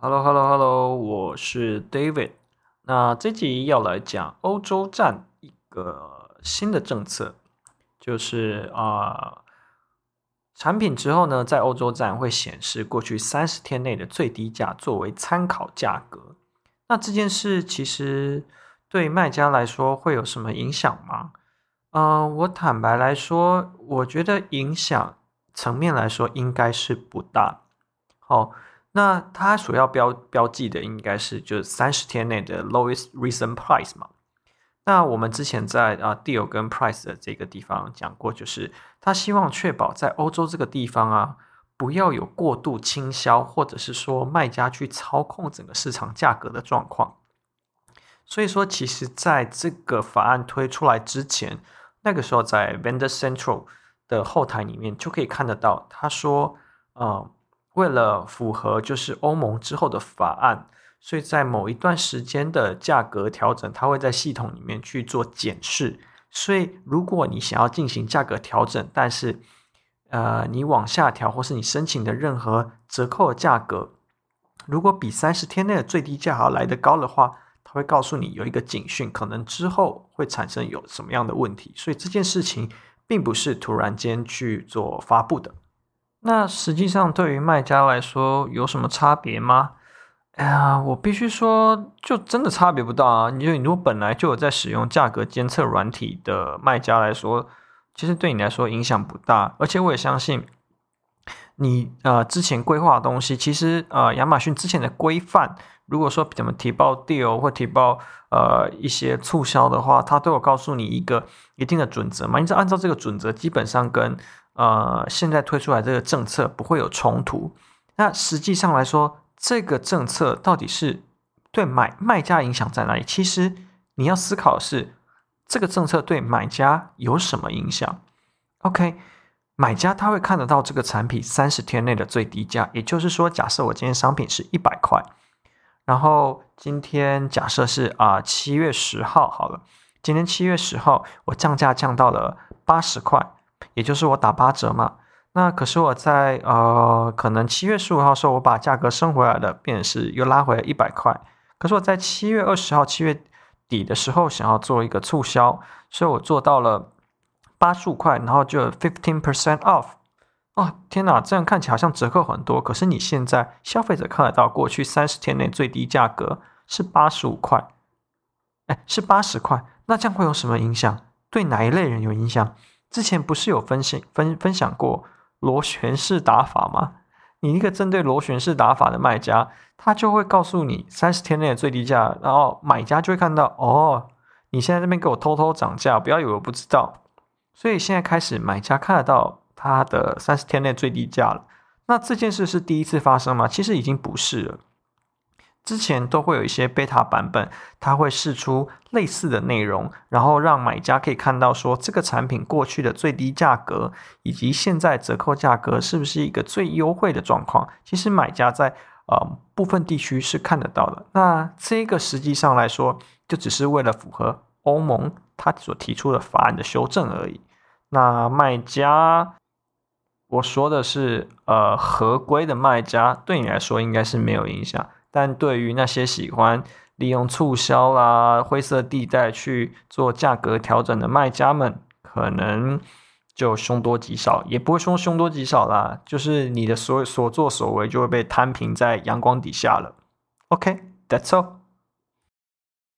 Hello，我是 David。那这集要来讲欧洲站一个新的政策，就是产品之后呢，在欧洲站会显示过去30天内的最低价作为参考价格。那这件事其实对卖家来说会有什么影响吗？我坦白来说，我觉得影响层面来说应该是不大。好，那它所要标记的应该是就是30天内的 lowest recent price 嘛。那我们之前在deal 跟 price 的这个地方讲过，就是他希望确保在欧洲这个地方不要有过度倾销，或者是说卖家去操控整个市场价格的状况。所以说，其实在这个法案推出来之前，那个时候在 Vendor Central 的后台里面就可以看得到，他说，为了符合就是欧盟之后的法案，所以在某一段时间的价格调整，它会在系统里面去做检视。所以，如果你想要进行价格调整，但是你往下调，或是你申请的任何折扣的价格，如果比30天内的最低价还要来得高的话，它会告诉你有一个警讯，可能之后会产生有什么样的问题。所以这件事情并不是突然间去做发布的。那实际上对于卖家来说有什么差别吗？我必须说，就真的差别不大啊。你如果本来就有在使用价格监测软体的卖家来说，其实对你来说影响不大。而且我也相信你之前规划的东西，其实亚马逊之前的规范，如果说怎么提报 deal 或提报一些促销的话，它都有告诉你一个一定的准则嘛。你只按照这个准则，基本上跟现在推出来这个政策不会有冲突。那实际上来说，这个政策到底是对卖家影响在哪里？其实你要思考的是，这个政策对买家有什么影响？OK，买家他会看得到这个产品30天内的最低价，也就是说，假设我今天商品是100块，然后今天假设是7月10号好了，今天7月10号我降价降到了80块，也就是我打8折嘛。那可是我在可能7月15号的时候，我把价格升回来了，变成是又拉回了100块。可是我在7月20号7月底的时候想要做一个促销，所以我做到了85块，然后就15% off。哦，天哪，这样看起来好像折扣很多，可是你现在消费者看得到，过去30天内最低价格是85块，是80块，那这样会有什么影响？对哪一类人有影响？之前不是有分享过螺旋式打法吗？你一个针对螺旋式打法的卖家，他就会告诉你30天内的最低价，然后买家就会看到，你现在这边给我偷偷涨价，不要以为我不知道。所以现在开始，买家看得到它的30天内最低价了。那这件事是第一次发生吗？其实已经不是了。之前都会有一些 beta 版本，它会释出类似的内容，然后让买家可以看到说这个产品过去的最低价格，以及现在折扣价格是不是一个最优惠的状况。其实买家在部分地区是看得到的。那这个实际上来说，就只是为了符合欧盟它所提出的法案的修正而已。那卖家，我说的是合规的卖家，对你来说应该是没有影响。但对于那些喜欢利用促销啦、灰色地带去做价格调整的卖家们，可能就凶多吉少，也不会说凶多吉少啦，就是你的所作所为就会被摊平在阳光底下了。OK，that's all。